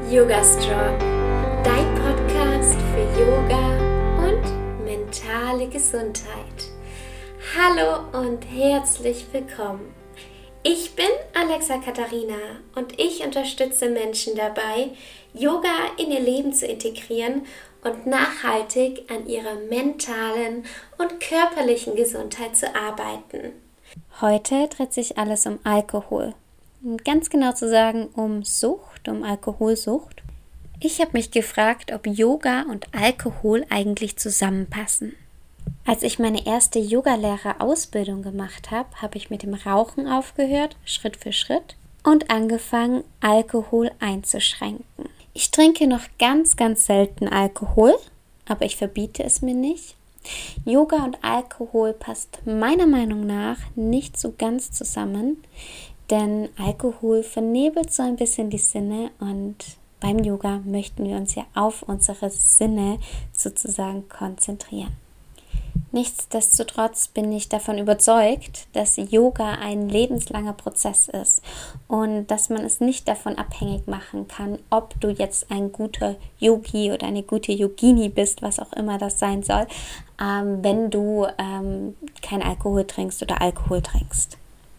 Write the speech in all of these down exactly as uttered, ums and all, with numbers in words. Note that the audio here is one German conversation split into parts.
Yoga Strong, dein Podcast für Yoga und mentale Gesundheit. Hallo und herzlich willkommen. Ich bin Alexa Katharina und ich unterstütze Menschen dabei, Yoga in ihr Leben zu integrieren und nachhaltig an ihrer mentalen und körperlichen Gesundheit zu arbeiten. Heute dreht sich alles um Alkohol. Ganz genau zu sagen, um Sucht, um Alkoholsucht. Ich habe mich gefragt, ob Yoga und Alkohol eigentlich zusammenpassen. Als ich meine erste Yogalehrerausbildung gemacht habe, habe ich mit dem Rauchen aufgehört, Schritt für Schritt, und angefangen, Alkohol einzuschränken. Ich trinke noch ganz, ganz selten Alkohol, aber ich verbiete es mir nicht. Yoga und Alkohol passt meiner Meinung nach nicht so ganz zusammen, denn Alkohol vernebelt so ein bisschen die Sinne und beim Yoga möchten wir uns ja auf unsere Sinne sozusagen konzentrieren. Nichtsdestotrotz bin ich davon überzeugt, dass Yoga ein lebenslanger Prozess ist und dass man es nicht davon abhängig machen kann, ob du jetzt ein guter Yogi oder eine gute Yogini bist, was auch immer das sein soll, ähm, wenn du ähm, kein Alkohol trinkst oder Alkohol trinkst.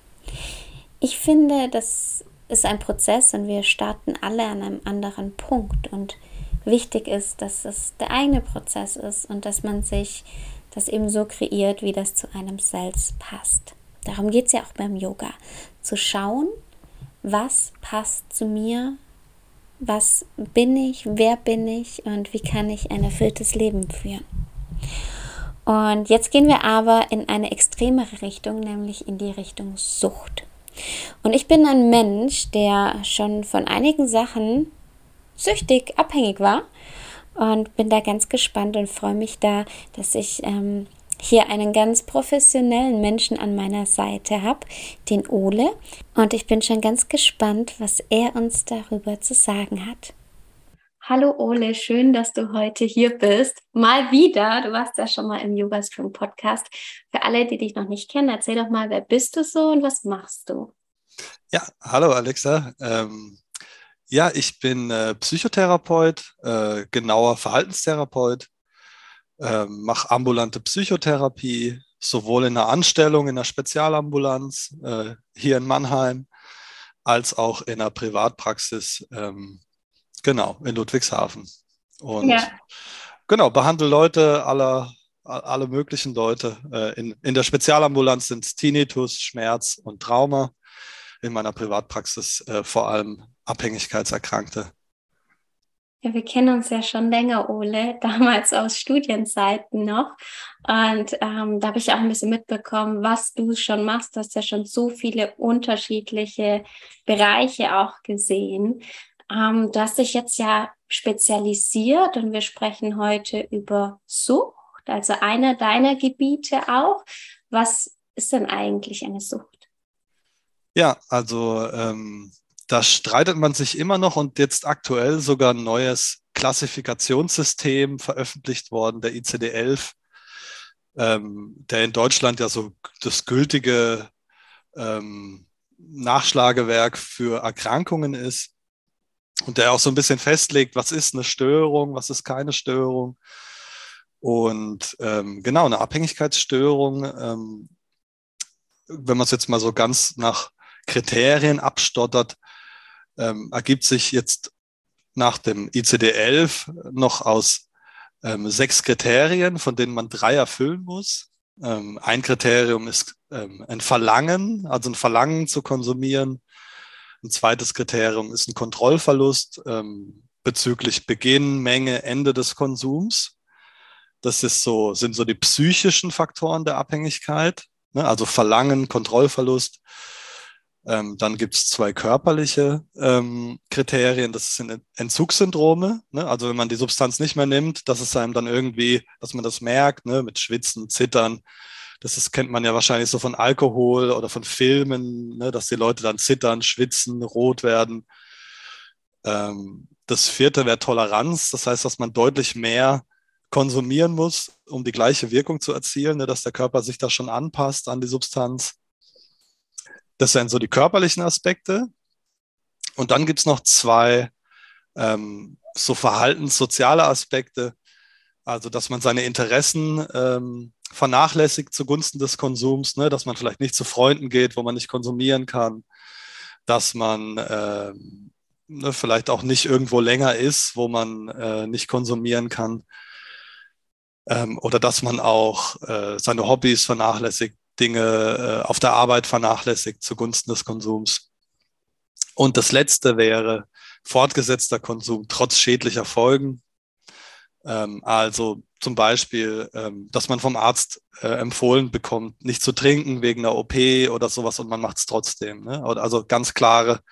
Ich finde, das ist ein Prozess und wir starten alle an einem anderen Punkt und wichtig ist, dass es der eigene Prozess ist und dass man sich das eben so kreiert, wie das zu einem selbst passt. Darum geht es ja auch beim Yoga, zu schauen, was passt zu mir, was bin ich, wer bin ich und wie kann ich ein erfülltes Leben führen. Und jetzt gehen wir aber in eine extremere Richtung, nämlich in die Richtung Sucht. Und ich bin ein Mensch, der schon von einigen Sachen süchtig, abhängig war und bin da ganz gespannt und freue mich da, dass ich ähm, hier einen ganz professionellen Menschen an meiner Seite habe, den Ole. Und ich bin schon ganz gespannt, was er uns darüber zu sagen hat. Hallo Ole, schön, dass du heute hier bist. Mal wieder, du warst ja schon mal im Yoga Strong Podcast. Für alle, die dich noch nicht kennen, erzähl doch mal, wer bist du so und was machst du? Ja, hallo Alexa. Ähm, ja, ich bin äh, Psychotherapeut, äh, genauer Verhaltenstherapeut, äh, mache ambulante Psychotherapie, sowohl in der Anstellung in der Spezialambulanz äh, hier in Mannheim, als auch in der Privatpraxis, ähm, genau, in Ludwigshafen. Und Ja. genau, behandle Leute aller, alle möglichen Leute. Äh, in, in der Spezialambulanz sind es Tinnitus, Schmerz und Trauma. In meiner Privatpraxis äh, vor allem Abhängigkeitserkrankte. Ja, wir kennen uns ja schon länger, Ole, damals aus Studienzeiten noch. Und ähm, da habe ich auch ein bisschen mitbekommen, was du schon machst. Du hast ja schon so viele unterschiedliche Bereiche auch gesehen. Ähm, du hast dich jetzt ja spezialisiert und wir sprechen heute über Sucht, also einer deiner Gebiete auch. Was ist denn eigentlich eine Sucht? Ja, also ähm, da streitet man sich immer noch und jetzt aktuell sogar ein neues Klassifikationssystem veröffentlicht worden, der I C D elf, ähm, der in Deutschland ja so das gültige ähm, Nachschlagewerk für Erkrankungen ist und der auch so ein bisschen festlegt, was ist eine Störung, was ist keine Störung. Und ähm, genau, eine Abhängigkeitsstörung, ähm, wenn man es jetzt mal so ganz nach Kriterien abstottert, ähm, ergibt sich jetzt nach dem I C D elf noch aus ähm, sechs Kriterien, von denen man drei erfüllen muss. Ähm, ein Kriterium ist ähm, ein Verlangen, also ein Verlangen zu konsumieren. Ein zweites Kriterium ist ein Kontrollverlust ähm, bezüglich Beginn, Menge, Ende des Konsums. Das ist so, sind so die psychischen Faktoren der Abhängigkeit, ne? Also Verlangen, Kontrollverlust. Ähm, dann gibt es zwei körperliche ähm, Kriterien, das sind Entzugssyndrome, ne? Also wenn man die Substanz nicht mehr nimmt, dass es einem dann irgendwie, dass man das merkt, ne? Mit Schwitzen, Zittern. Das ist, kennt man ja wahrscheinlich so von Alkohol oder von Filmen, ne? Dass die Leute dann zittern, schwitzen, rot werden. Ähm, das vierte wäre Toleranz, das heißt, dass man deutlich mehr konsumieren muss, um die gleiche Wirkung zu erzielen, ne? Dass der Körper sich da schon anpasst an die Substanz. Das sind so die körperlichen Aspekte. Und dann gibt es noch zwei Ähm, so verhaltenssoziale Aspekte, also dass man seine Interessen ähm, vernachlässigt zugunsten des Konsums, ne? Dass man vielleicht nicht zu Freunden geht, wo man nicht konsumieren kann, dass man ähm, ne, vielleicht auch nicht irgendwo länger ist, wo man äh, nicht konsumieren kann, ähm, oder dass man auch äh, seine Hobbys vernachlässigt, Dinge äh, auf der Arbeit vernachlässigt zugunsten des Konsums. Und das Letzte wäre fortgesetzter Konsum trotz schädlicher Folgen. Ähm, also zum Beispiel, ähm, dass man vom Arzt äh, empfohlen bekommt, nicht zu trinken wegen einer O P oder sowas und man macht es trotzdem. Ne? Also ganz klare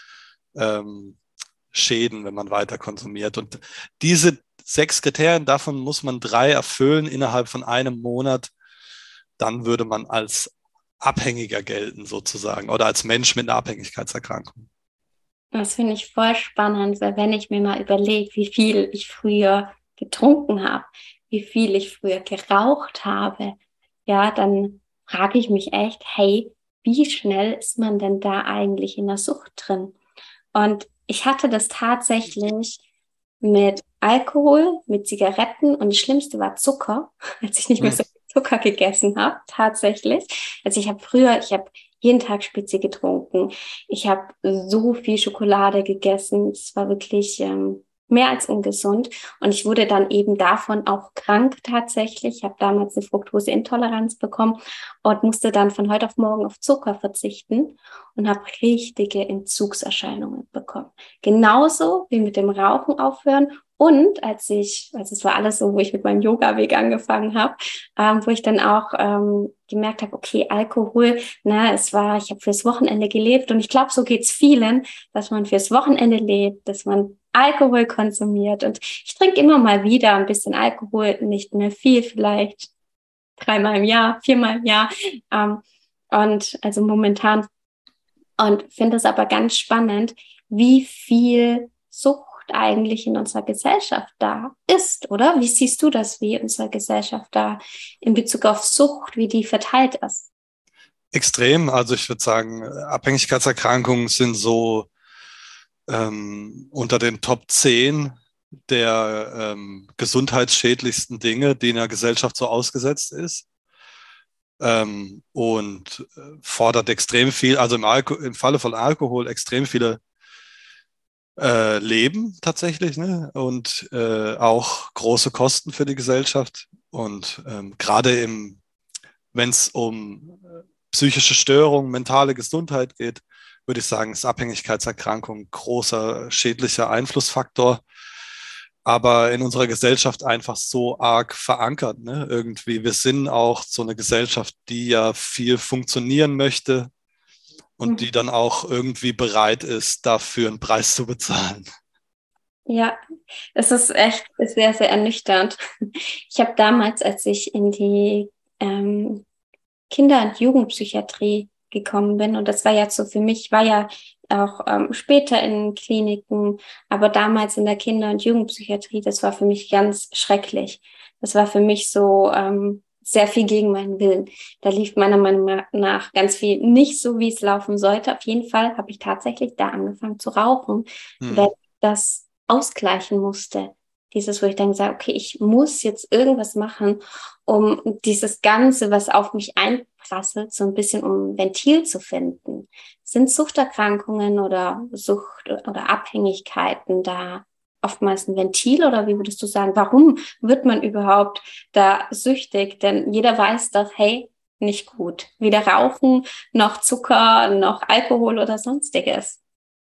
ähm, Schäden, wenn man weiter konsumiert. Und diese sechs Kriterien, davon muss man drei erfüllen innerhalb von einem Monat. Dann würde man als Abhängiger gelten sozusagen oder als Mensch mit einer Abhängigkeitserkrankung. Das finde ich voll spannend, weil wenn ich mir mal überlege, wie viel ich früher getrunken habe, wie viel ich früher geraucht habe, ja, dann frage ich mich echt, hey, wie schnell ist man denn da eigentlich in der Sucht drin? Und ich hatte das tatsächlich mit Alkohol, mit Zigaretten und das Schlimmste war Zucker, als ich nicht mehr Hm. so viel Zucker gegessen habe, tatsächlich. Also ich habe früher, ich habe jeden Tag Spezi getrunken. Ich habe so viel Schokolade gegessen. Es war wirklich ähm, mehr als ungesund. Und ich wurde dann eben davon auch krank tatsächlich. Ich habe damals eine Fructoseintoleranz bekommen und musste dann von heute auf morgen auf Zucker verzichten und habe richtige Entzugserscheinungen bekommen. Genauso wie mit dem Rauchen aufhören. Und als ich, also es war alles so, wo ich mit meinem Yoga-Weg angefangen habe, ähm, wo ich dann auch ähm, gemerkt habe, okay, Alkohol, ne, es war, ich habe fürs Wochenende gelebt und ich glaube, so geht's vielen, dass man fürs Wochenende lebt, dass man Alkohol konsumiert und ich trinke immer mal wieder ein bisschen Alkohol, nicht mehr viel, vielleicht dreimal im Jahr, viermal im Jahr, ähm, und also momentan und finde es aber ganz spannend, wie viel Sucht eigentlich in unserer Gesellschaft da ist, oder? Wie siehst du das, wie unsere Gesellschaft da in Bezug auf Sucht, wie die verteilt ist? Extrem. Also ich würde sagen, Abhängigkeitserkrankungen sind so ähm, unter den Top zehn der ähm, gesundheitsschädlichsten Dinge, die in der Gesellschaft so ausgesetzt ist. Ähm, und äh, fordert extrem viel, also im, Alko im Falle von Alkohol extrem viele äh, Leben tatsächlich, ne? Und äh, auch große Kosten für die Gesellschaft. Und ähm, gerade im, wenn es um äh, psychische Störungen, mentale Gesundheit geht, würde ich sagen, ist Abhängigkeitserkrankung ein großer schädlicher Einflussfaktor, aber in unserer Gesellschaft einfach so arg verankert, ne? Irgendwie, wir sind auch so eine Gesellschaft, die ja viel funktionieren möchte und die dann auch irgendwie bereit ist, dafür einen Preis zu bezahlen. Ja, es ist echt sehr, sehr ernüchternd. Ich habe damals, als ich in die ähm, Kinder- und Jugendpsychiatrie gekommen bin. Und das war ja so für mich, war ja auch ähm, später in Kliniken, aber damals in der Kinder- und Jugendpsychiatrie, das war für mich ganz schrecklich. Das war für mich so ähm, sehr viel gegen meinen Willen. Da lief meiner Meinung nach ganz viel nicht so, wie es laufen sollte. Auf jeden Fall habe ich tatsächlich da angefangen zu rauchen, weil Hm. ich das ausgleichen musste. Dieses, wo ich dann sage, okay, ich muss jetzt irgendwas machen, um dieses Ganze, was auf mich einprasselt, so ein bisschen um ein Ventil zu finden. Sind Suchterkrankungen oder Sucht oder Abhängigkeiten da oftmals ein Ventil oder wie würdest du sagen, warum wird man überhaupt da süchtig? Denn jeder weiß doch, hey, nicht gut. Weder Rauchen, noch Zucker, noch Alkohol oder sonstiges.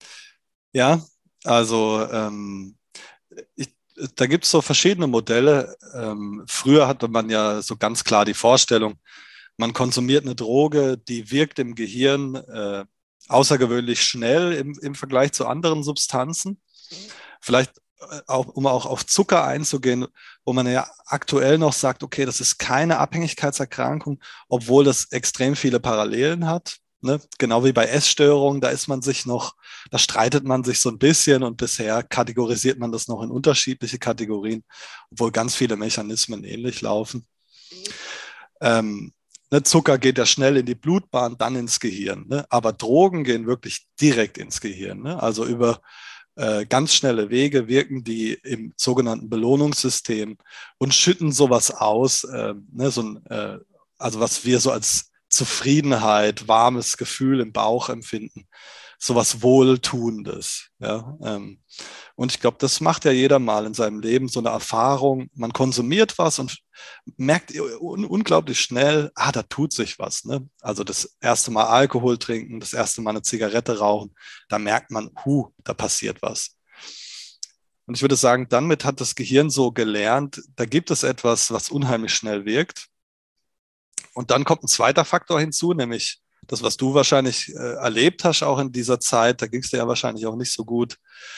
Ja, also ähm, ich, da gibt es so verschiedene Modelle. Ähm, früher hatte man ja so ganz klar die Vorstellung, man konsumiert eine Droge, die wirkt im Gehirn äh, außergewöhnlich schnell im, im Vergleich zu anderen Substanzen. Vielleicht äh, auch, um auch auf Zucker einzugehen, wo man ja aktuell noch sagt, okay, das ist keine Abhängigkeitserkrankung, obwohl das extrem viele Parallelen hat. Ne? Genau wie bei Essstörungen, da ist man sich noch, da streitet man sich so ein bisschen und bisher kategorisiert man das noch in unterschiedliche Kategorien, obwohl ganz viele Mechanismen ähnlich laufen. Ähm, ne, Zucker geht ja schnell in die Blutbahn, dann ins Gehirn. Ne? Aber Drogen gehen wirklich direkt ins Gehirn. Ne? Also über äh, ganz schnelle Wege, wirken die im sogenannten Belohnungssystem und schütten sowas aus, äh, ne, so ein, äh, also was wir so als Zufriedenheit, warmes Gefühl im Bauch empfinden, sowas Wohltuendes. Ja? Ähm, und ich glaube, das macht ja jeder mal in seinem Leben, so eine Erfahrung. Man konsumiert was und merkt un unglaublich schnell, ah, da tut sich was. Ne? Also das erste Mal Alkohol trinken, das erste Mal eine Zigarette rauchen, da merkt man, hu, da passiert was. Und ich würde sagen, damit hat das Gehirn so gelernt, da gibt es etwas, was unheimlich schnell wirkt. Und dann kommt ein zweiter Faktor hinzu, nämlich das, was du wahrscheinlich äh, erlebt hast, auch in dieser Zeit, da ging es dir ja wahrscheinlich auch nicht so gut.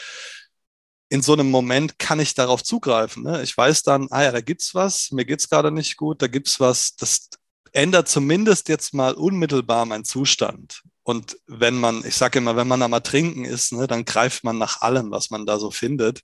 In so einem Moment kann ich darauf zugreifen. Ne? Ich weiß dann, ah ja, da gibt's was, mir geht's gerade nicht gut, da gibt's was, das ändert zumindest jetzt mal unmittelbar meinen Zustand. Und wenn man, ich sage immer, wenn man am Ertrinken ist, ne, dann greift man nach allem, was man da so findet.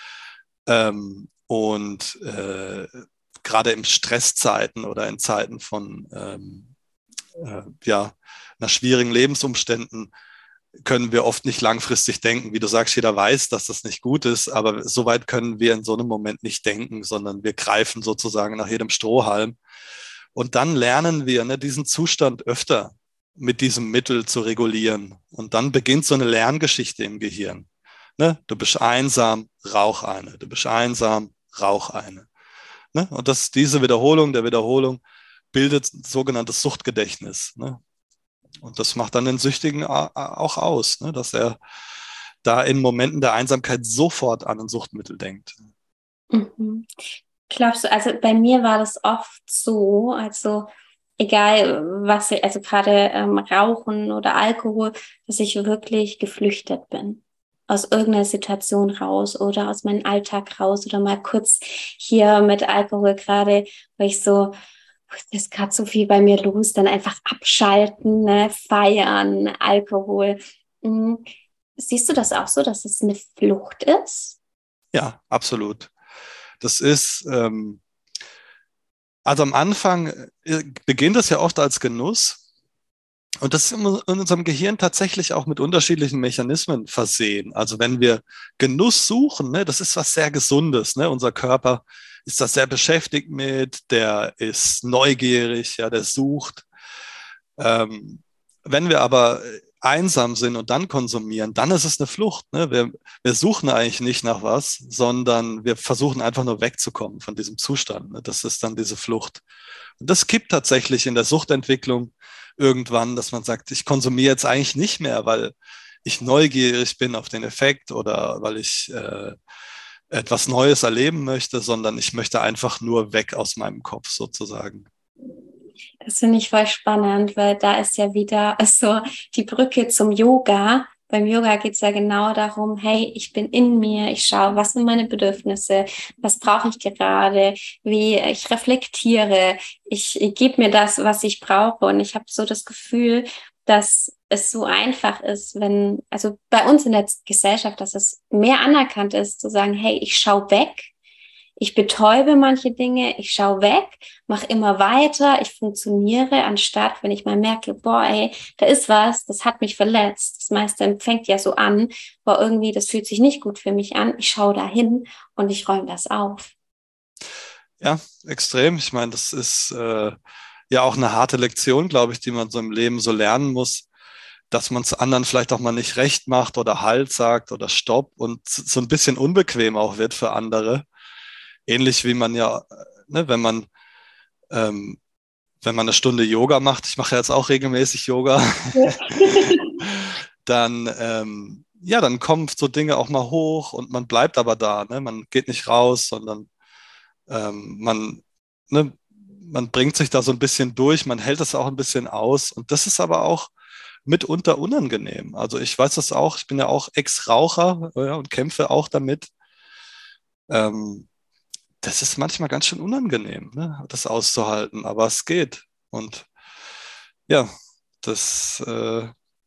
Ähm, und äh, gerade in Stresszeiten oder in Zeiten von ähm, äh, ja, nach schwierigen Lebensumständen können wir oft nicht langfristig denken. Wie du sagst, jeder weiß, dass das nicht gut ist, aber so weit können wir in so einem Moment nicht denken, sondern wir greifen sozusagen nach jedem Strohhalm. Und dann lernen wir, ne, diesen Zustand öfter mit diesem Mittel zu regulieren. Und dann beginnt so eine Lerngeschichte im Gehirn. Ne? Du bist einsam, rauch eine. Du bist einsam, rauch eine. Ne? Und das, diese Wiederholung der Wiederholung bildet sogenanntes Suchtgedächtnis. Ne? Und das macht dann den Süchtigen auch aus, ne? Dass er da in Momenten der Einsamkeit sofort an ein Suchtmittel denkt. Mhm. Glaubst du, also bei mir war das oft so, also egal was, also gerade ähm, Rauchen oder Alkohol, dass ich wirklich geflüchtet bin. Aus irgendeiner Situation raus oder aus meinem Alltag raus oder mal kurz hier mit Alkohol gerade, weil ich so, das ist gerade so viel bei mir los, dann einfach abschalten, ne? Feiern, Alkohol. Mhm. Siehst du das auch so, dass es eine Flucht ist? Ja, absolut. Das ist, ähm, also am Anfang äh, beginnt es ja oft als Genuss. Und das ist in unserem Gehirn tatsächlich auch mit unterschiedlichen Mechanismen versehen. Also wenn wir Genuss suchen, ne, das ist was sehr Gesundes. Ne? Unser Körper ist da sehr beschäftigt mit, der ist neugierig, ja, der sucht. Ähm, wenn wir aber einsam sind und dann konsumieren, dann ist es eine Flucht. Ne? Wir, wir suchen eigentlich nicht nach was, sondern wir versuchen einfach nur wegzukommen von diesem Zustand. Ne? Das ist dann diese Flucht. Und das kippt tatsächlich in der Suchtentwicklung irgendwann, dass man sagt, ich konsumiere jetzt eigentlich nicht mehr, weil ich neugierig bin auf den Effekt oder weil ich äh, etwas Neues erleben möchte, sondern ich möchte einfach nur weg aus meinem Kopf sozusagen. Das finde ich voll spannend, weil da ist ja wieder so die Brücke zum Yoga. Beim Yoga geht es ja genau darum, hey, ich bin in mir, ich schaue, was sind meine Bedürfnisse, was brauche ich gerade, wie ich reflektiere, ich, ich gebe mir das, was ich brauche. Und ich habe so das Gefühl, dass es so einfach ist, wenn, also bei uns in der Gesellschaft, dass es mehr anerkannt ist, zu sagen, hey, ich schaue weg. Ich betäube manche Dinge, ich schaue weg, mache immer weiter, ich funktioniere, anstatt, wenn ich mal merke, boah, ey, da ist was, das hat mich verletzt. Das meiste fängt ja so an, boah, irgendwie, das fühlt sich nicht gut für mich an. Ich schaue da hin und ich räume das auf. Ja, extrem. Ich meine, das ist äh, ja auch eine harte Lektion, glaube ich, die man so im Leben so lernen muss, dass man es anderen vielleicht auch mal nicht recht macht oder Halt sagt oder Stopp und so ein bisschen unbequem auch wird für andere. Ähnlich wie man ja, ne, wenn man, ähm, wenn man eine Stunde Yoga macht, ich mache jetzt auch regelmäßig Yoga, dann, ähm, ja, dann kommen so Dinge auch mal hoch und man bleibt aber da. Ne? Man geht nicht raus, sondern ähm, man, ne, man bringt sich da so ein bisschen durch, man hält es auch ein bisschen aus. Und das ist aber auch mitunter unangenehm. Also ich weiß das auch, ich bin ja auch Ex-Raucher, ja, und kämpfe auch damit. Ähm, das ist manchmal ganz schön unangenehm, ne, das auszuhalten, aber es geht. Und ja, das äh,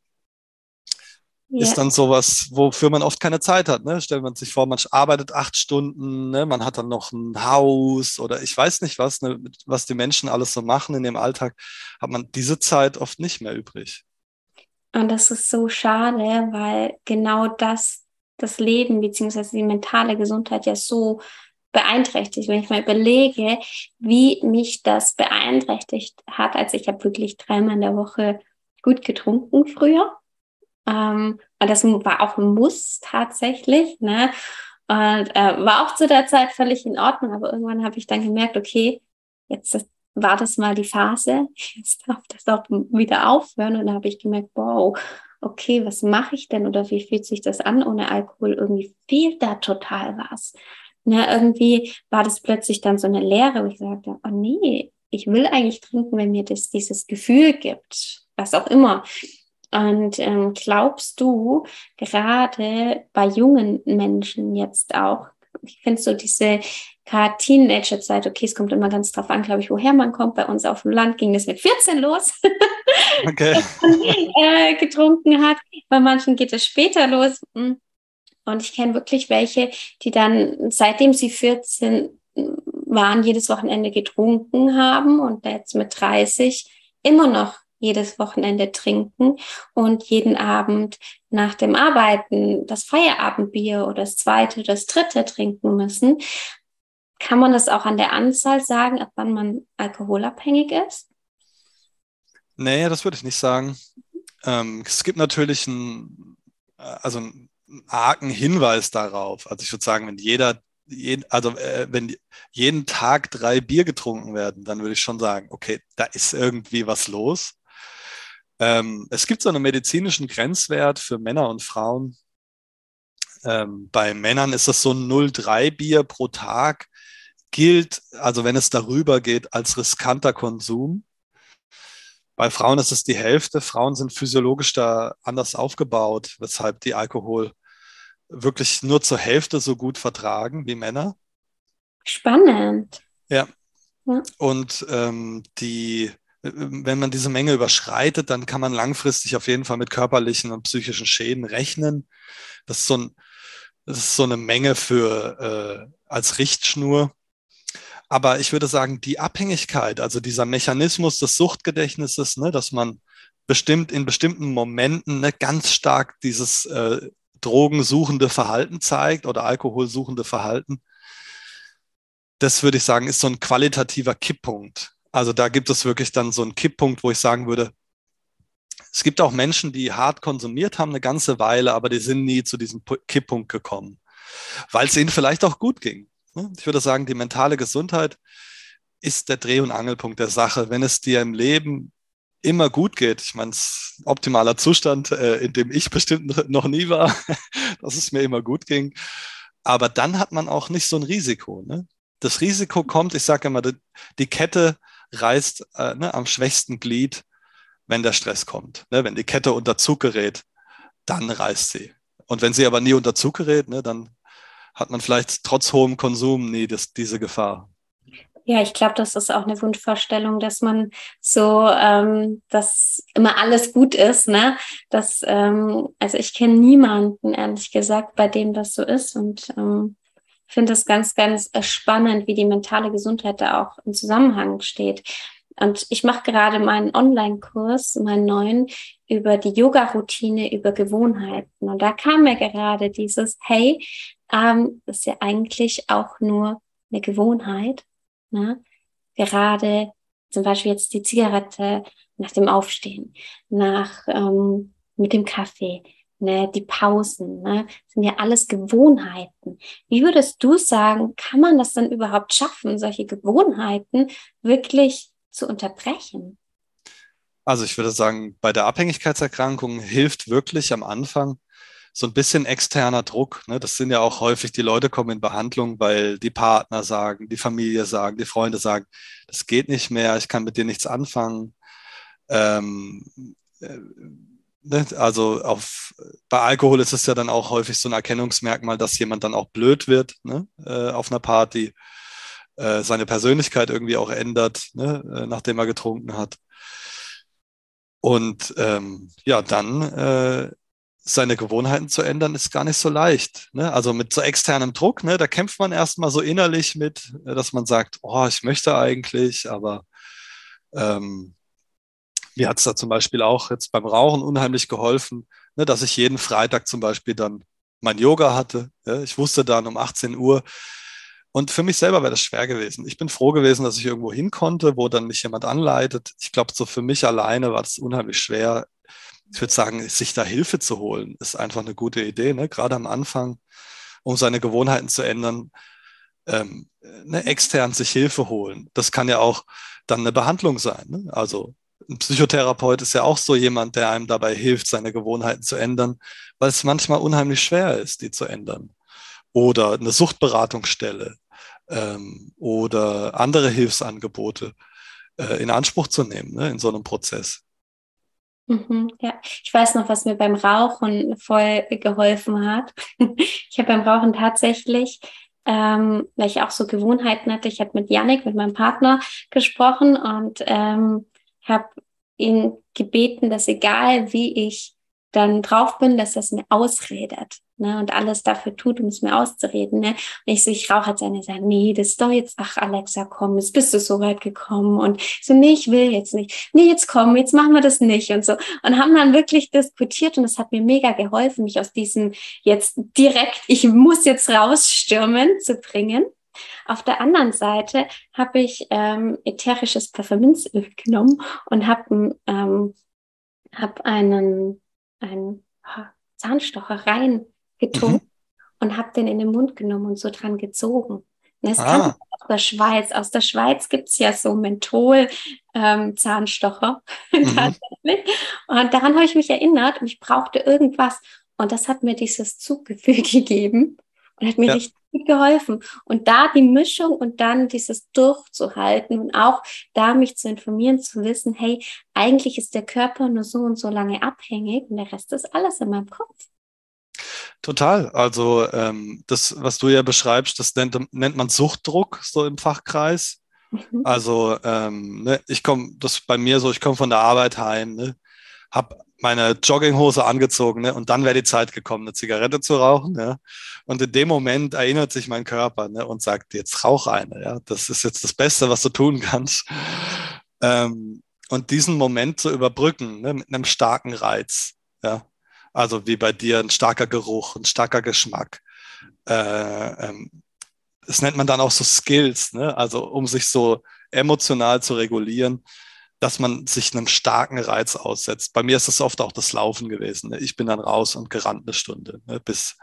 ist Ja. dann sowas, wofür man oft keine Zeit hat. Ne? Stellt man sich vor, man arbeitet acht Stunden, ne? Man hat dann noch ein Haus oder ich weiß nicht was, ne? Was die Menschen alles so machen in dem Alltag, hat man diese Zeit oft nicht mehr übrig. Und das ist so schade, weil genau das das Leben beziehungsweise die mentale Gesundheit ja so beeinträchtigt. Wenn ich mal überlege, wie mich das beeinträchtigt hat, als ich habe wirklich dreimal in der Woche gut getrunken früher. Ähm, und das war auch ein Muss tatsächlich, ne? Und äh, war auch zu der Zeit völlig in Ordnung, aber irgendwann habe ich dann gemerkt, okay, jetzt das, war das mal die Phase, jetzt darf das auch wieder aufhören. Und da habe ich gemerkt, wow, okay, was mache ich denn oder wie fühlt sich das an ohne Alkohol? Irgendwie fehlt da total was. Ne, irgendwie war das plötzlich dann so eine Leere, wo ich sagte, oh nee, ich will eigentlich trinken, wenn mir das dieses Gefühl gibt, was auch immer. Und ähm, glaubst du, gerade bei jungen Menschen jetzt auch, ich finde so diese gerade Teenager-Zeit, okay, es kommt immer ganz drauf an, glaube ich, woher man kommt. Bei uns auf dem Land ging das mit vierzehn los, Okay. dass man äh, getrunken hat. Bei manchen geht es später los. Und ich kenne wirklich welche, die dann, seitdem sie vierzehn waren, jedes Wochenende getrunken haben und jetzt mit dreißig immer noch jedes Wochenende trinken und jeden Abend nach dem Arbeiten das Feierabendbier oder das zweite, das dritte trinken müssen. Kann man das auch an der Anzahl sagen, ab wann man alkoholabhängig ist? Nee, das würde ich nicht sagen. Ähm, es gibt natürlich einen, also einen argen Hinweis darauf. Also ich würde sagen, wenn jeder, jeden, also äh, wenn jeden Tag drei Bier getrunken werden, dann würde ich schon sagen, okay, da ist irgendwie was los. Ähm, es gibt so einen medizinischen Grenzwert für Männer und Frauen. Ähm, bei Männern ist das so ein null Komma drei Bier pro Tag, gilt, also wenn es darüber geht, als riskanter Konsum. Bei Frauen ist es die Hälfte. Frauen sind physiologisch da anders aufgebaut, weshalb die Alkohol wirklich nur zur Hälfte so gut vertragen wie Männer. Spannend. Ja, Ja. und ähm, die, wenn man diese Menge überschreitet, dann kann man langfristig auf jeden Fall mit körperlichen und psychischen Schäden rechnen. Das ist so, ein, das ist so eine Menge für äh, als Richtschnur. Aber ich würde sagen, die Abhängigkeit, also dieser Mechanismus des Suchtgedächtnisses, ne, dass man bestimmt in bestimmten Momenten ne, ganz stark dieses äh, drogensuchende Verhalten zeigt oder alkoholsuchende Verhalten, das würde ich sagen, ist so ein qualitativer Kipppunkt. Also da gibt es wirklich dann so einen Kipppunkt, wo ich sagen würde, es gibt auch Menschen, die hart konsumiert haben eine ganze Weile, aber die sind nie zu diesem Kipppunkt gekommen, weil es ihnen vielleicht auch gut ging. Ich würde sagen, die mentale Gesundheit ist der Dreh- und Angelpunkt der Sache. Wenn es dir im Leben immer gut geht, ich meine, es ist ein optimaler Zustand, äh, in dem ich bestimmt noch nie war, dass es mir immer gut ging, aber dann hat man auch nicht so ein Risiko. Ne? Das Risiko kommt, ich sage immer, die, die Kette reißt äh, ne, am schwächsten Glied, wenn der Stress kommt. Ne? Wenn die Kette unter Zug gerät, dann reißt sie. Und wenn sie aber nie unter Zug gerät, ne, dann hat man vielleicht trotz hohem Konsum nie das, diese Gefahr. Ja, ich glaube, das ist auch eine Wunschvorstellung, dass man so, ähm, dass immer alles gut ist, ne? Dass, ähm, also ich kenne niemanden, ehrlich gesagt, bei dem das so ist und ähm, finde es ganz, ganz spannend, wie die mentale Gesundheit da auch im Zusammenhang steht. Und ich mache gerade meinen Online-Kurs, meinen neuen, über die Yoga-Routine, über Gewohnheiten. Und da kam mir gerade dieses, hey, ähm, das ist ja eigentlich auch nur eine Gewohnheit. Ne? Gerade zum Beispiel jetzt die Zigarette nach dem Aufstehen, nach ähm, mit dem Kaffee, ne, die Pausen, ne, sind ja alles Gewohnheiten. Wie würdest du sagen, kann man das dann überhaupt schaffen, solche Gewohnheiten wirklich zu unterbrechen? Also ich würde sagen, bei der Abhängigkeitserkrankung hilft wirklich am Anfang so ein bisschen externer Druck. Ne? Das sind ja auch häufig, die Leute kommen in Behandlung, weil die Partner sagen, die Familie sagen, die Freunde sagen, das geht nicht mehr, ich kann mit dir nichts anfangen. Ähm, äh, ne? Also auf, bei Alkohol ist es ja dann auch häufig so ein Erkennungsmerkmal, dass jemand dann auch blöd wird, ne? äh, auf einer Party, äh, seine Persönlichkeit irgendwie auch ändert, ne? äh, nachdem er getrunken hat. Und ähm, ja, dann äh, seine Gewohnheiten zu ändern, ist gar nicht so leicht. Ne? Also mit so externem Druck, ne, da kämpft man erstmal so innerlich mit, äh, dass man sagt, oh, ich möchte eigentlich, aber ähm, mir hat es da zum Beispiel auch jetzt beim Rauchen unheimlich geholfen, ne, dass ich jeden Freitag zum Beispiel dann mein Yoga hatte. Ja, ich wusste dann um achtzehn Uhr. Und für mich selber wäre das schwer gewesen. Ich bin froh gewesen, dass ich irgendwo hin konnte, wo dann mich jemand anleitet. Ich glaube, so für mich alleine war das unheimlich schwer. Ich würde sagen, sich da Hilfe zu holen, ist einfach eine gute Idee, ne? Gerade am Anfang, um seine Gewohnheiten zu ändern, ähm, ne, extern sich Hilfe holen. Das kann ja auch dann eine Behandlung sein. Ne? Also ein Psychotherapeut ist ja auch so jemand, der einem dabei hilft, seine Gewohnheiten zu ändern, weil es manchmal unheimlich schwer ist, die zu ändern. Oder eine Suchtberatungsstelle ähm, oder andere Hilfsangebote äh, in Anspruch zu nehmen, ne, in so einem Prozess. Mhm, ja, ich weiß noch, was mir beim Rauchen voll geholfen hat. Ich habe beim Rauchen tatsächlich, ähm, weil ich auch so Gewohnheiten hatte, ich habe mit Yannick, mit meinem Partner gesprochen und ähm, habe ihn gebeten, dass egal wie ich dann drauf bin, dass er es mir ausredet, ne, und alles dafür tut, um es mir auszureden, ne. Und ich so, ich rauche, hat seine gesagt, nee, das ist doch jetzt, ach Alexa, komm, jetzt bist du so weit gekommen und so, nee, ich will jetzt nicht, nee, jetzt komm, jetzt machen wir das nicht und so, und haben dann wirklich diskutiert und das hat mir mega geholfen, mich aus diesem jetzt direkt, ich muss jetzt rausstürmen zu bringen. Auf der anderen Seite habe ich ähm, ätherisches Pfefferminzöl genommen und habe ähm, hab einen, einen Zahnstocher reingetunkt Mhm. und habe den in den Mund genommen und so dran gezogen. Und das kam Ah, aus der Schweiz. Aus der Schweiz gibt es ja so Menthol-Zahnstocher ähm, mhm. tatsächlich. Und daran habe ich mich erinnert und ich brauchte irgendwas. Und das hat mir dieses Zuggefühl gegeben und hat mir Ja, richtig gut geholfen. Und da die Mischung und dann dieses durchzuhalten und auch da mich zu informieren, zu wissen, hey, eigentlich ist der Körper nur so und so lange abhängig und der Rest ist alles in meinem Kopf. total. Also ähm, das, was du ja beschreibst, das nennt, nennt man Suchtdruck, so im Fachkreis. Mhm. Also ähm, ne, ich komme, das ist bei mir so, ich komme von der Arbeit heim, ne, habe meine Jogginghose angezogen, ne, und dann wäre die Zeit gekommen, eine Zigarette zu rauchen. Ja. Und in dem Moment erinnert sich mein Körper, ne, und sagt, jetzt rauch eine. Ja. Das ist jetzt das Beste, was du tun kannst. Ähm, und diesen Moment zu überbrücken, ne, mit einem starken Reiz. Ja. Also wie bei dir ein starker Geruch, ein starker Geschmack. Äh, ähm, das nennt man dann auch so Skills, ne? Also um sich so emotional zu regulieren, dass man sich einem starken Reiz aussetzt. Bei mir ist das oft auch das Laufen gewesen. Ne? Ich bin dann raus und gerannt eine Stunde, ne? Bis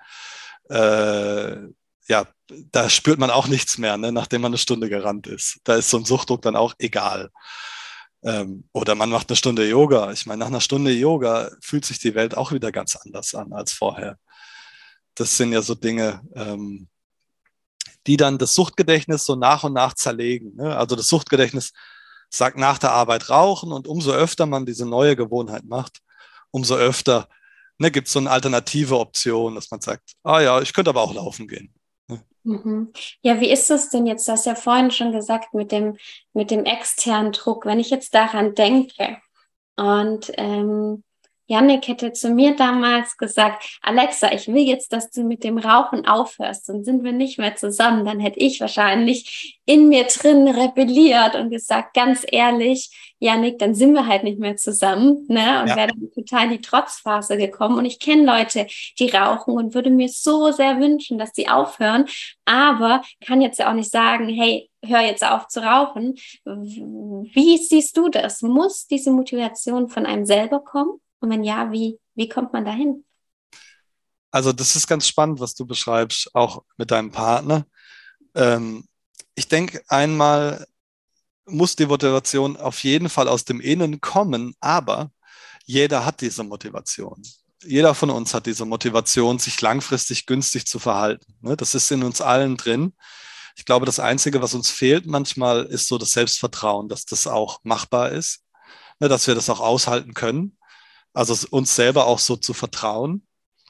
äh, ja, da spürt man auch nichts mehr, ne? Nachdem man eine Stunde gerannt ist. Da ist so ein Suchtdruck dann auch egal. Ähm, oder man macht eine Stunde Yoga. Ich meine, nach einer Stunde Yoga fühlt sich die Welt auch wieder ganz anders an als vorher. Das sind ja so Dinge, ähm, die dann das Suchtgedächtnis so nach und nach zerlegen. Ne? Also das Suchtgedächtnis sagt nach der Arbeit rauchen und umso öfter man diese neue Gewohnheit macht, umso öfter ne, gibt es so eine alternative Option, dass man sagt, ah ja, ich könnte aber auch laufen gehen. Ne? Mhm. Ja, wie ist das denn jetzt? Du hast ja vorhin schon gesagt mit dem, mit dem externen Druck. Wenn ich jetzt daran denke und ähm, Yannick hätte zu mir damals gesagt, Alexa, ich will jetzt, dass du mit dem Rauchen aufhörst, dann sind wir nicht mehr zusammen. Dann hätte ich wahrscheinlich in mir drin rebelliert und gesagt, ganz ehrlich, Yannick, dann sind wir halt nicht mehr zusammen, ne? Und Ja, wäre dann total in die Trotzphase gekommen. Und ich kenne Leute, die rauchen und würde mir so sehr wünschen, dass sie aufhören, aber kann jetzt ja auch nicht sagen, hey, hör jetzt auf zu rauchen. Wie siehst du das? Muss diese Motivation von einem selber kommen? Und wenn ja, wie, wie kommt man dahin? also das ist ganz spannend, was du beschreibst, auch mit deinem Partner. Ähm, ich denke, einmal muss die Motivation auf jeden Fall aus dem Innen kommen, aber jeder hat diese Motivation. Jeder von uns hat diese Motivation, sich langfristig günstig zu verhalten. Ne? Das ist in uns allen drin. Ich glaube, das Einzige, was uns fehlt manchmal, ist so das Selbstvertrauen, dass das auch machbar ist, ne? Dass wir das auch aushalten können. Also uns selber auch so zu vertrauen.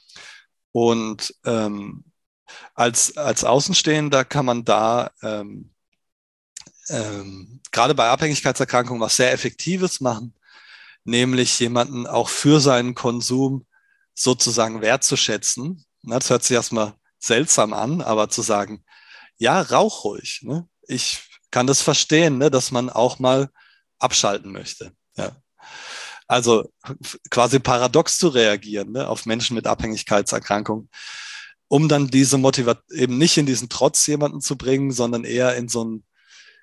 Und ähm, als, als Außenstehender kann man da ähm, ähm, gerade bei Abhängigkeitserkrankungen was sehr Effektives machen, nämlich jemanden auch für seinen Konsum sozusagen wertzuschätzen. Na, das hört sich erstmal seltsam an, aber zu sagen, ja, rauch ruhig. Ne? Ich kann das verstehen, ne, dass man auch mal abschalten möchte. Ja. Also quasi paradox zu reagieren, ne, auf Menschen mit Abhängigkeitserkrankungen. um dann diese Motivation eben nicht in diesen Trotz jemanden zu bringen, sondern eher in so ein,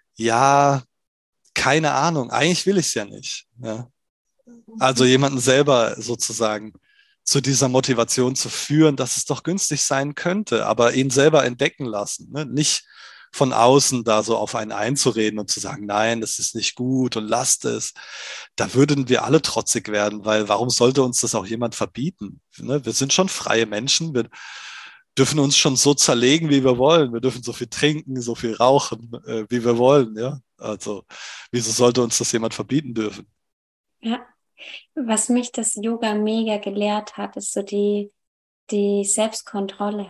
ja, keine Ahnung, eigentlich will ich es ja nicht. Ja? Also jemanden selber sozusagen zu dieser Motivation zu führen, dass es doch günstig sein könnte, aber ihn selber entdecken lassen. Ne? Nicht von außen da so auf einen einzureden und zu sagen, nein, das ist nicht gut und lasst es. Da würden wir alle trotzig werden, weil warum sollte uns das auch jemand verbieten? Ne? Wir sind schon freie Menschen. Wir dürfen uns schon so zerlegen, wie wir wollen. Wir dürfen so viel trinken, so viel rauchen, äh, wie wir wollen. Ja? Also wieso sollte uns das jemand verbieten dürfen? Ja, was mich das Yoga mega gelehrt hat, ist so die, die Selbstkontrolle.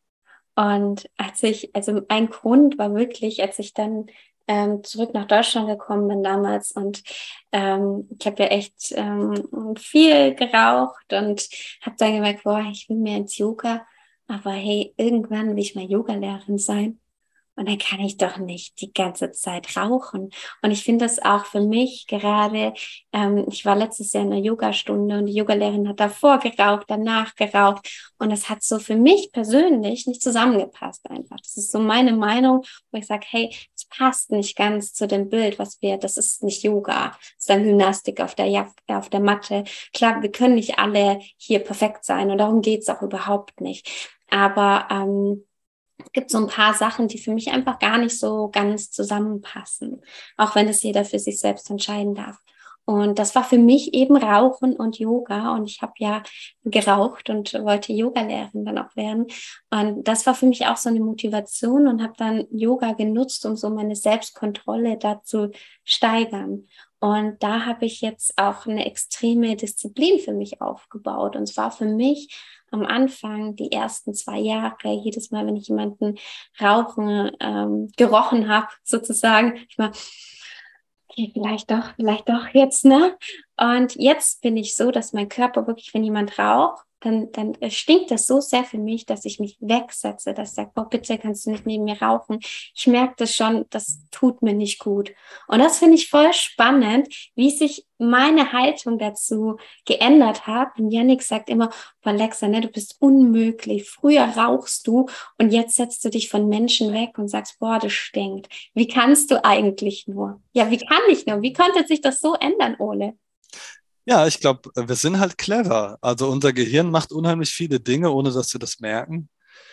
Und als ich, also ein Grund war wirklich, als ich dann ähm, zurück nach Deutschland gekommen bin damals und ähm, ich habe ja echt ähm, viel geraucht und habe dann gemerkt, boah, ich will mehr ins Yoga, aber hey, irgendwann will ich mal Yogalehrerin sein. Und dann kann ich doch nicht die ganze Zeit rauchen. Und ich finde das auch für mich gerade, ähm, ich war letztes Jahr in einer Yogastunde und die Yogalehrerin hat davor geraucht, danach geraucht. Und das hat so für mich persönlich nicht zusammengepasst einfach. Das ist so meine Meinung, wo ich sage, hey, es passt nicht ganz zu dem Bild, was wir, das ist nicht Yoga, das ist dann Gymnastik auf der Jack, auf der Matte. Klar, wir können nicht alle hier perfekt sein und darum geht's auch überhaupt nicht. Aber ähm, es gibt so ein paar Sachen, die für mich einfach gar nicht so ganz zusammenpassen, auch wenn es jeder für sich selbst entscheiden darf. Und das war für mich eben Rauchen und Yoga. Und ich habe ja geraucht und wollte Yogalehrerin dann auch werden. Und das war für mich auch so eine Motivation und habe dann Yoga genutzt, um so meine Selbstkontrolle da zu steigern. Und da habe ich jetzt auch eine extreme Disziplin für mich aufgebaut. Und zwar für mich am Anfang, die ersten zwei Jahre, jedes Mal, wenn ich jemanden rauchen ähm, gerochen habe, sozusagen, ich mal, okay, vielleicht doch, vielleicht doch jetzt, ne? Und jetzt bin ich so, dass mein Körper wirklich, wenn jemand raucht, dann, dann stinkt das so sehr für mich, dass ich mich wegsetze, dass ich sage, boah, bitte kannst du nicht neben mir rauchen. Ich merke das schon, das tut mir nicht gut. Und das finde ich voll spannend, wie sich meine Haltung dazu geändert hat. Und Yannick sagt immer, boah, Alexa, ne, du bist unmöglich. Früher rauchst du und jetzt setzt du dich von Menschen weg und sagst, boah, das stinkt. Wie kannst du eigentlich nur? Ja, wie kann ich nur? Wie konnte sich das so ändern, Ole? Ja, ich glaube, wir sind halt clever. Also unser Gehirn macht unheimlich viele Dinge, ohne dass wir das merken.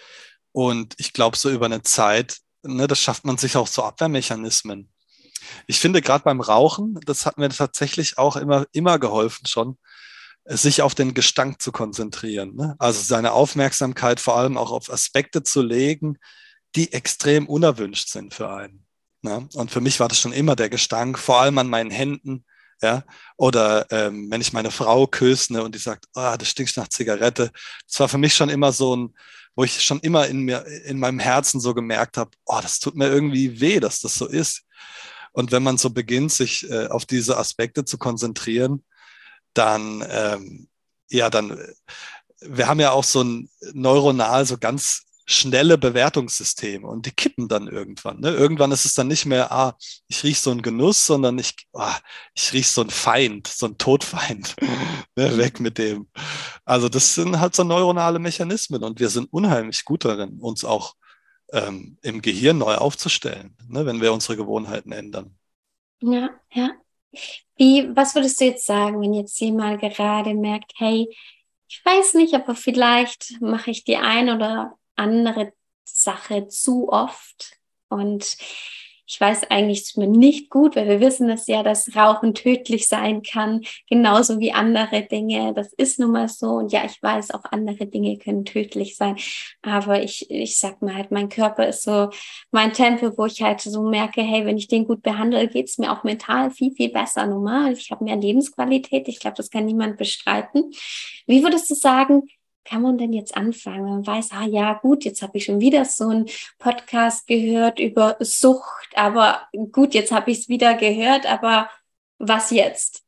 Und ich glaube, so über eine Zeit, ne, das schafft man sich auch so Abwehrmechanismen. Ich finde gerade beim Rauchen, das hat mir tatsächlich auch immer, immer geholfen schon, sich auf den Gestank zu konzentrieren. Ne? Also seine Aufmerksamkeit vor allem auch auf Aspekte zu legen, die extrem unerwünscht sind für einen. Ne? Und für mich war das schon immer der Gestank, vor allem an meinen Händen. Ja, oder ähm, wenn ich meine Frau küsse, ne, und die sagt, oh, das stinkt nach Zigarette. Das war für mich schon immer so ein, wo ich schon immer in mir, in meinem Herzen so gemerkt habe, oh, das tut mir irgendwie weh, dass das so ist. Und wenn man so beginnt, sich äh, auf diese Aspekte zu konzentrieren, dann, ähm, ja, dann, wir haben ja auch so ein neuronal so ganz schnelle Bewertungssysteme und die kippen dann irgendwann. Ne? Irgendwann ist es dann nicht mehr, ah, ich rieche so einen Genuss, sondern ich, ah, ich rieche so einen Feind, so einen Todfeind. Ne? Weg mit dem. Also das sind halt so neuronale Mechanismen und wir sind unheimlich gut darin, uns auch ähm, im Gehirn neu aufzustellen, ne? Wenn wir unsere Gewohnheiten ändern. Ja, ja. Wie, was würdest du jetzt sagen, wenn jetzt jemand gerade merkt, hey, ich weiß nicht, aber vielleicht mache ich die ein oder andere Sache zu oft und ich weiß eigentlich, es ist mir nicht gut, weil wir wissen es ja, dass Rauchen tödlich sein kann, genauso wie andere Dinge. Das ist nun mal so. Und ja, ich weiß, auch andere Dinge können tödlich sein. Aber ich, ich sag mal halt, mein Körper ist so mein Tempel, wo ich halt so merke, hey, wenn ich den gut behandle, geht es mir auch mental viel, viel besser normal. Ich habe mehr Lebensqualität. Ich glaube, das kann niemand bestreiten. Wie würdest du sagen, kann man denn jetzt anfangen, wenn man weiß, ah ja, gut, jetzt habe ich schon wieder so einen Podcast gehört über Sucht, aber gut, jetzt habe ich es wieder gehört, aber was jetzt?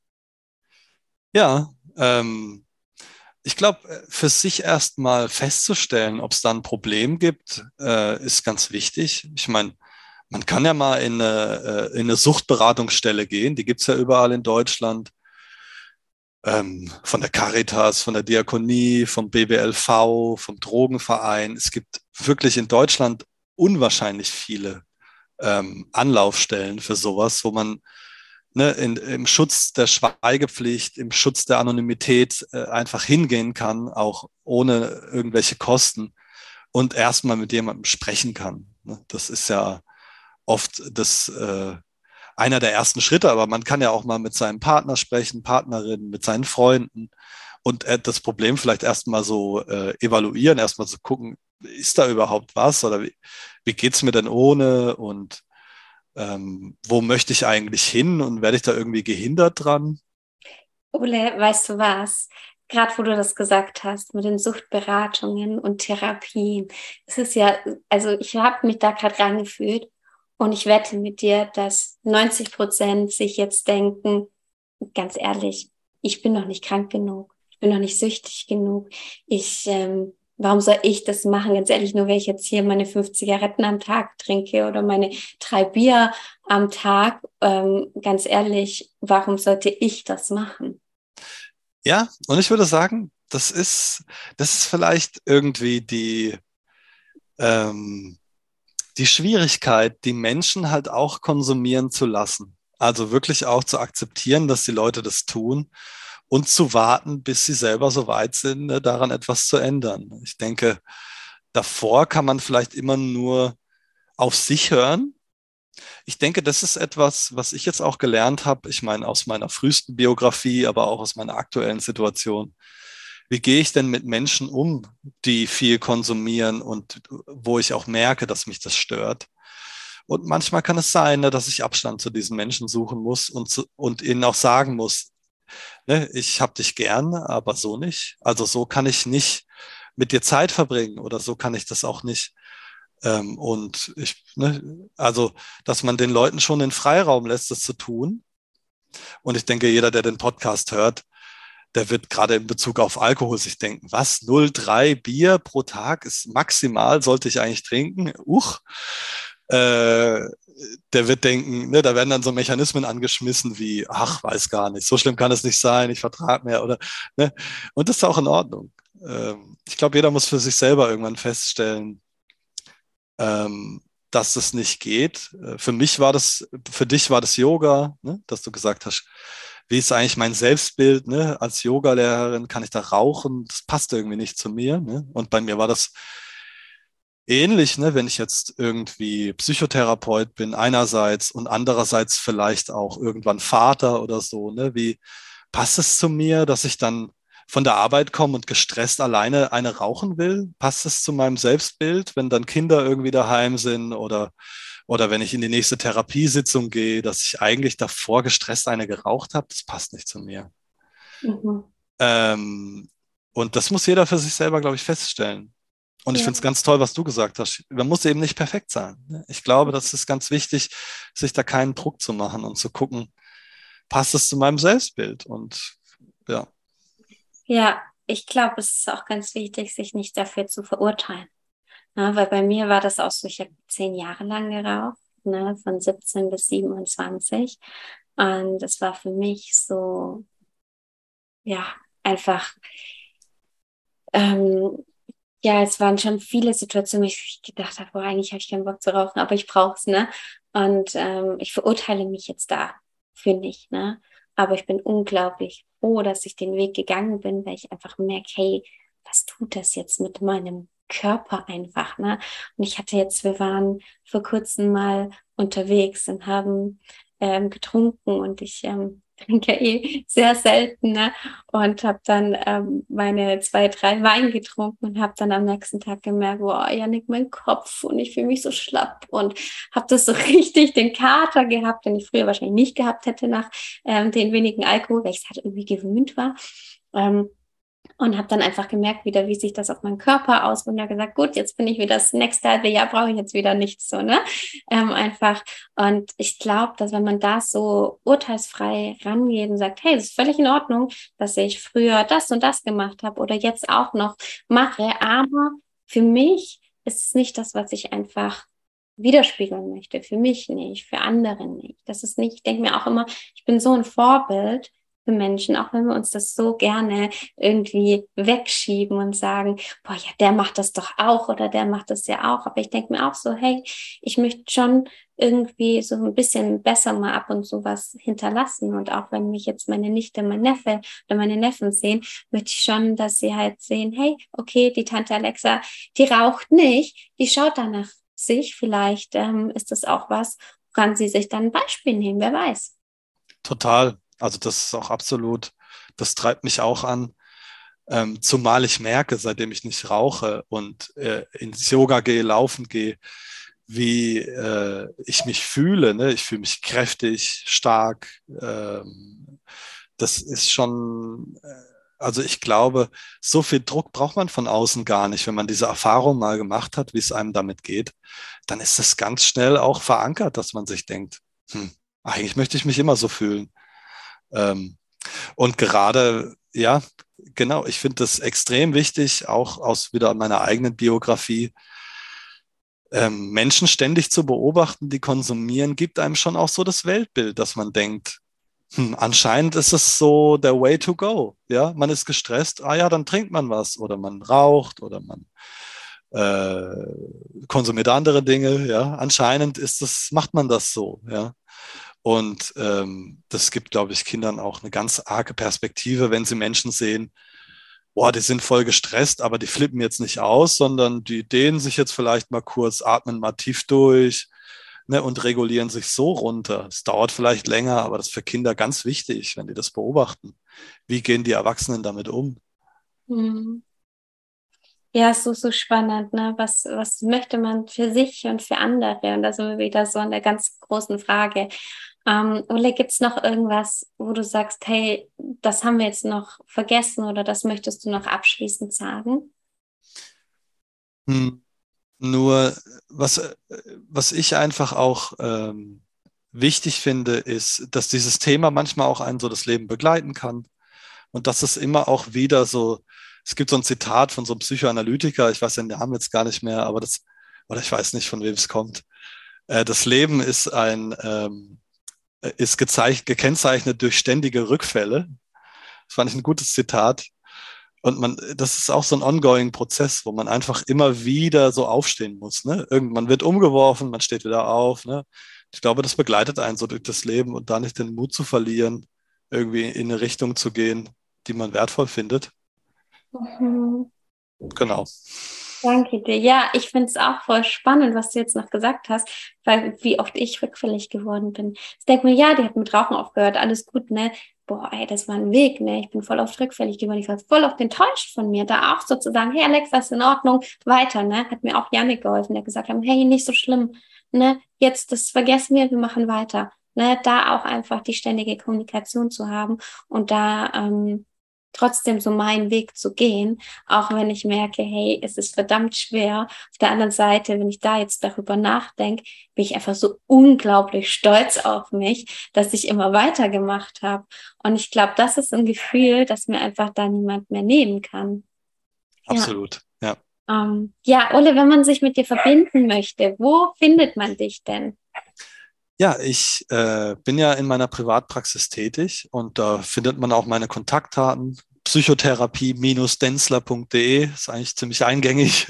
Ja, ähm, ich glaube, für sich erstmal festzustellen, ob es da ein Problem gibt, äh, ist ganz wichtig. Ich meine, man kann ja mal in eine, äh, in eine Suchtberatungsstelle gehen, die gibt es ja überall in Deutschland. ähm, von der Caritas, von der Diakonie, vom B W L V, vom Drogenverein. Es gibt wirklich in Deutschland unwahrscheinlich viele ähm, Anlaufstellen für sowas, wo man ne, in, im Schutz der Schweigepflicht, im Schutz der Anonymität äh, einfach hingehen kann, auch ohne irgendwelche Kosten und erstmal mit jemandem sprechen kann. Ne? Das ist ja oft das, äh, einer der ersten Schritte, aber man kann ja auch mal mit seinem Partner sprechen, Partnerin, mit seinen Freunden und äh, das Problem vielleicht erstmal so äh, evaluieren, erstmal so gucken, ist da überhaupt was oder wie, wie geht es mir denn ohne und ähm, wo möchte ich eigentlich hin und werde ich da irgendwie gehindert dran? Ole, weißt du was? Gerade wo du das gesagt hast, mit den Suchtberatungen und Therapien. Es ist ja, also ich habe mich da gerade reingefühlt und ich wette mit dir, dass neunzig Prozent sich jetzt denken, ganz ehrlich, ich bin noch nicht krank genug, ich bin noch nicht süchtig genug. Ich, ähm, warum soll ich das machen? Ganz ehrlich, nur weil ich jetzt hier meine fünf Zigaretten am Tag trinke oder meine drei Bier am Tag, ähm, ganz ehrlich, warum sollte ich das machen? Ja, und ich würde sagen, das ist, das ist vielleicht irgendwie die, ähm, die Schwierigkeit, die Menschen halt auch konsumieren zu lassen. Also wirklich auch zu akzeptieren, dass die Leute das tun und zu warten, bis sie selber so weit sind, ne, daran etwas zu ändern. Ich denke, davor kann man vielleicht immer nur auf sich hören. Ich denke, das ist etwas, was ich jetzt auch gelernt habe. Ich meine, aus meiner frühesten Biografie, aber auch aus meiner aktuellen Situation. Wie gehe ich denn mit Menschen um, die viel konsumieren und wo ich auch merke, dass mich das stört? Und manchmal kann es sein, ne, dass ich Abstand zu diesen Menschen suchen muss und, zu, und ihnen auch sagen muss, ne, ich habe dich gern, aber so nicht. Also so kann ich nicht mit dir Zeit verbringen oder so kann ich das auch nicht. Ähm, und ich, ne, also, dass man den Leuten schon den Freiraum lässt, das zu tun. Und ich denke, jeder, der den Podcast hört, der wird gerade in Bezug auf Alkohol sich denken, was, null Komma drei Bier pro Tag ist maximal, sollte ich eigentlich trinken? Uch. Äh, der wird denken, ne, da werden dann so Mechanismen angeschmissen wie, ach, weiß gar nicht, so schlimm kann es nicht sein, ich vertrage mehr oder, ne? Und das ist auch in Ordnung. Ähm, ich glaube, jeder muss für sich selber irgendwann feststellen, ähm, dass das nicht geht. Äh, Für mich war das, für dich war das Yoga, ne? Dass du gesagt hast, wie ist eigentlich mein Selbstbild, ne? Als Yogalehrerin kann ich da rauchen? Das passt irgendwie nicht zu mir, ne? Und bei mir war das ähnlich, ne? Wenn ich jetzt irgendwie Psychotherapeut bin, einerseits und andererseits vielleicht auch irgendwann Vater oder so, ne? Wie passt es zu mir, dass ich dann von der Arbeit komme und gestresst alleine eine rauchen will? Passt es zu meinem Selbstbild, wenn dann Kinder irgendwie daheim sind oder, oder wenn ich in die nächste Therapiesitzung gehe, dass ich eigentlich davor gestresst eine geraucht habe? Das passt nicht zu mir. Mhm. Ähm, und das muss jeder für sich selber, glaube ich, feststellen. Und ich Ja. finde es ganz toll, was du gesagt hast. Man muss eben nicht perfekt sein. Ne? Ich glaube, das ist ganz wichtig, sich da keinen Druck zu machen und zu gucken, passt es zu meinem Selbstbild? Und ja, Ja, ich glaube, es ist auch ganz wichtig, sich nicht dafür zu verurteilen. Ne? Weil bei mir war das auch so, ich habe zehn Jahre lang geraucht, ne? Von siebzehn bis siebenundzwanzig. Und das war für mich so, ja, einfach, ähm, ja, es waren schon viele Situationen, wo ich gedacht habe, boah, eigentlich habe ich keinen Bock zu rauchen, aber ich brauche es, ne? Und ähm, ich verurteile mich jetzt dafür nicht, ne? Aber ich bin unglaublich froh, dass ich den Weg gegangen bin, weil ich einfach merke, hey, was tut das jetzt mit meinem Körper einfach, ne? Und ich hatte jetzt, wir waren vor kurzem mal unterwegs und haben ähm, getrunken und ich ähm, trinke ja eh sehr selten, ne? Und habe dann ähm, meine zwei, drei Wein getrunken und habe dann am nächsten Tag gemerkt, boah, Janik, mein Kopf und ich fühle mich so schlapp und habe das so richtig den Kater gehabt, den ich früher wahrscheinlich nicht gehabt hätte nach ähm, den wenigen Alkohol, weil ich es halt irgendwie gewöhnt war. Ähm, und habe dann einfach gemerkt wieder, wie sich das auf meinen Körper auswirkt und habe gesagt, gut, jetzt bin ich wieder das nächste halbe Jahr, brauche ich jetzt wieder nichts so, ne? Ähm, einfach. Und ich glaube, dass wenn man da so urteilsfrei rangeht und sagt, hey, das ist völlig in Ordnung, dass ich früher das und das gemacht habe oder jetzt auch noch mache, aber für mich ist es nicht das, was ich einfach widerspiegeln möchte. Für mich nicht, für andere nicht. Das ist nicht, ich denke mir auch immer, ich bin so ein Vorbild, für Menschen, auch wenn wir uns das so gerne irgendwie wegschieben und sagen, boah, ja, der macht das doch auch oder der macht das ja auch. Aber ich denke mir auch so, hey, ich möchte schon irgendwie so ein bisschen besser mal ab und zu was hinterlassen. Und auch wenn mich jetzt meine Nichte, mein Neffe oder meine Neffen sehen, möchte ich schon, dass sie halt sehen, hey, okay, die Tante Alexa, die raucht nicht, die schaut danach sich. Vielleicht ähm, ist das auch was, woran sie sich dann ein Beispiel nehmen, wer weiß. Total. Also das ist auch absolut, das treibt mich auch an. Ähm, zumal ich merke, seitdem ich nicht rauche und äh, ins Yoga gehe, laufen gehe, wie äh, ich mich fühle. Ne? Ich fühle mich kräftig, stark. Ähm, das ist schon, äh, also ich glaube, so viel Druck braucht man von außen gar nicht. Wenn man diese Erfahrung mal gemacht hat, wie es einem damit geht, dann ist es ganz schnell auch verankert, dass man sich denkt, hm, eigentlich möchte ich mich immer so fühlen. Ähm, und gerade, ja, genau, ich finde das extrem wichtig, auch aus wieder meiner eigenen Biografie, ähm, Menschen ständig zu beobachten, die konsumieren, gibt einem schon auch so das Weltbild, dass man denkt, hm, anscheinend ist es so der way to go. Ja, man ist gestresst, ah ja, dann trinkt man was oder man raucht oder man äh, konsumiert andere Dinge. Ja, anscheinend ist das, macht man das so. Ja. Und ähm, das gibt, glaube ich, Kindern auch eine ganz arge Perspektive, wenn sie Menschen sehen, boah, die sind voll gestresst, aber die flippen jetzt nicht aus, sondern die dehnen sich jetzt vielleicht mal kurz, atmen mal tief durch, ne, und regulieren sich so runter. Es dauert vielleicht länger, aber das ist für Kinder ganz wichtig, wenn die das beobachten. Wie gehen die Erwachsenen damit um? Mhm. Ja, so, so spannend, ne? Was, was möchte man für sich und für andere? Und da sind wir wieder so an der ganz großen Frage. Ähm, Ole, gibt es noch irgendwas, wo du sagst, hey, das haben wir jetzt noch vergessen oder das möchtest du noch abschließend sagen? Hm. Nur, was, was ich einfach auch ähm, wichtig finde, ist, dass dieses Thema manchmal auch einen so das Leben begleiten kann. Und dass es immer auch wieder so, es gibt so ein Zitat von so einem Psychoanalytiker, ich weiß den Namen jetzt gar nicht mehr, aber das, oder ich weiß nicht, von wem es kommt. Äh, das Leben ist ein, ähm, ist gezeich- gekennzeichnet durch ständige Rückfälle. Das fand ich ein gutes Zitat. Und man, das ist auch so ein ongoing Prozess, wo man einfach immer wieder so aufstehen muss. Ne? Irgendwann wird umgeworfen, man steht wieder auf. Ne? Ich glaube, das begleitet einen so durch das Leben und da nicht den Mut zu verlieren, irgendwie in eine Richtung zu gehen, die man wertvoll findet. Mhm. Genau. Danke dir. Ja, ich finde es auch voll spannend, was du jetzt noch gesagt hast, weil wie oft ich rückfällig geworden bin. Ich denke mir, ja, die hat mit Rauchen aufgehört, alles gut, ne? Boah, ey, das war ein Weg, ne? Ich bin voll oft rückfällig geworden. Ich war voll oft enttäuscht von mir, da auch sozusagen, hey Alexa, ist in Ordnung, weiter, ne? Hat mir auch Janik geholfen, der gesagt hat, hey, nicht so schlimm, ne? Jetzt, das vergessen wir, wir machen weiter. Ne? Da auch einfach die ständige Kommunikation zu haben und da ähm, trotzdem so meinen Weg zu gehen, auch wenn ich merke, hey, es ist verdammt schwer. Auf der anderen Seite, wenn ich da jetzt darüber nachdenke, bin ich einfach so unglaublich stolz auf mich, dass ich immer weitergemacht habe. Und ich glaube, das ist ein Gefühl, das mir einfach da niemand mehr nehmen kann. Ja. Absolut. Ja. Ähm, ja, Ole, wenn man sich mit dir verbinden möchte, wo findet man dich denn? Ja, ich äh, bin ja in meiner Privatpraxis tätig und da findet man auch meine Kontaktdaten. Psychotherapie-denzler punkt de ist eigentlich ziemlich eingängig.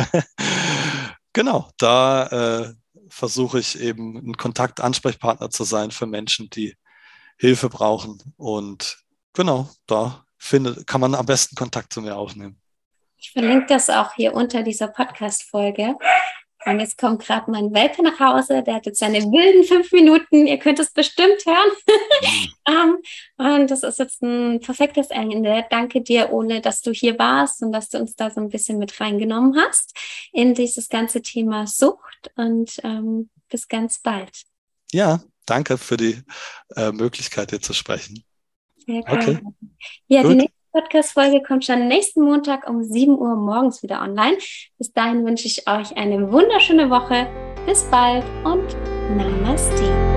Genau, da äh, versuche ich eben ein Kontaktansprechpartner zu sein für Menschen, die Hilfe brauchen. Und genau, da findet, kann man am besten Kontakt zu mir aufnehmen. Ich verlinke das auch hier unter dieser Podcast-Folge. Und jetzt kommt gerade mein Welpe nach Hause, der hat jetzt seine wilden fünf Minuten, ihr könnt es bestimmt hören. um, und das ist jetzt ein perfektes Ende. Danke dir, Ole, dass du hier warst und dass du uns da so ein bisschen mit reingenommen hast in dieses ganze Thema Sucht und ähm, bis ganz bald. Ja, danke für die äh, Möglichkeit, hier zu sprechen. Sehr Okay, gerne. Ja, die gut. nächste Podcast-Folge kommt schon nächsten Montag um sieben Uhr morgens wieder online. Bis dahin wünsche ich euch eine wunderschöne Woche. Bis bald und Namaste.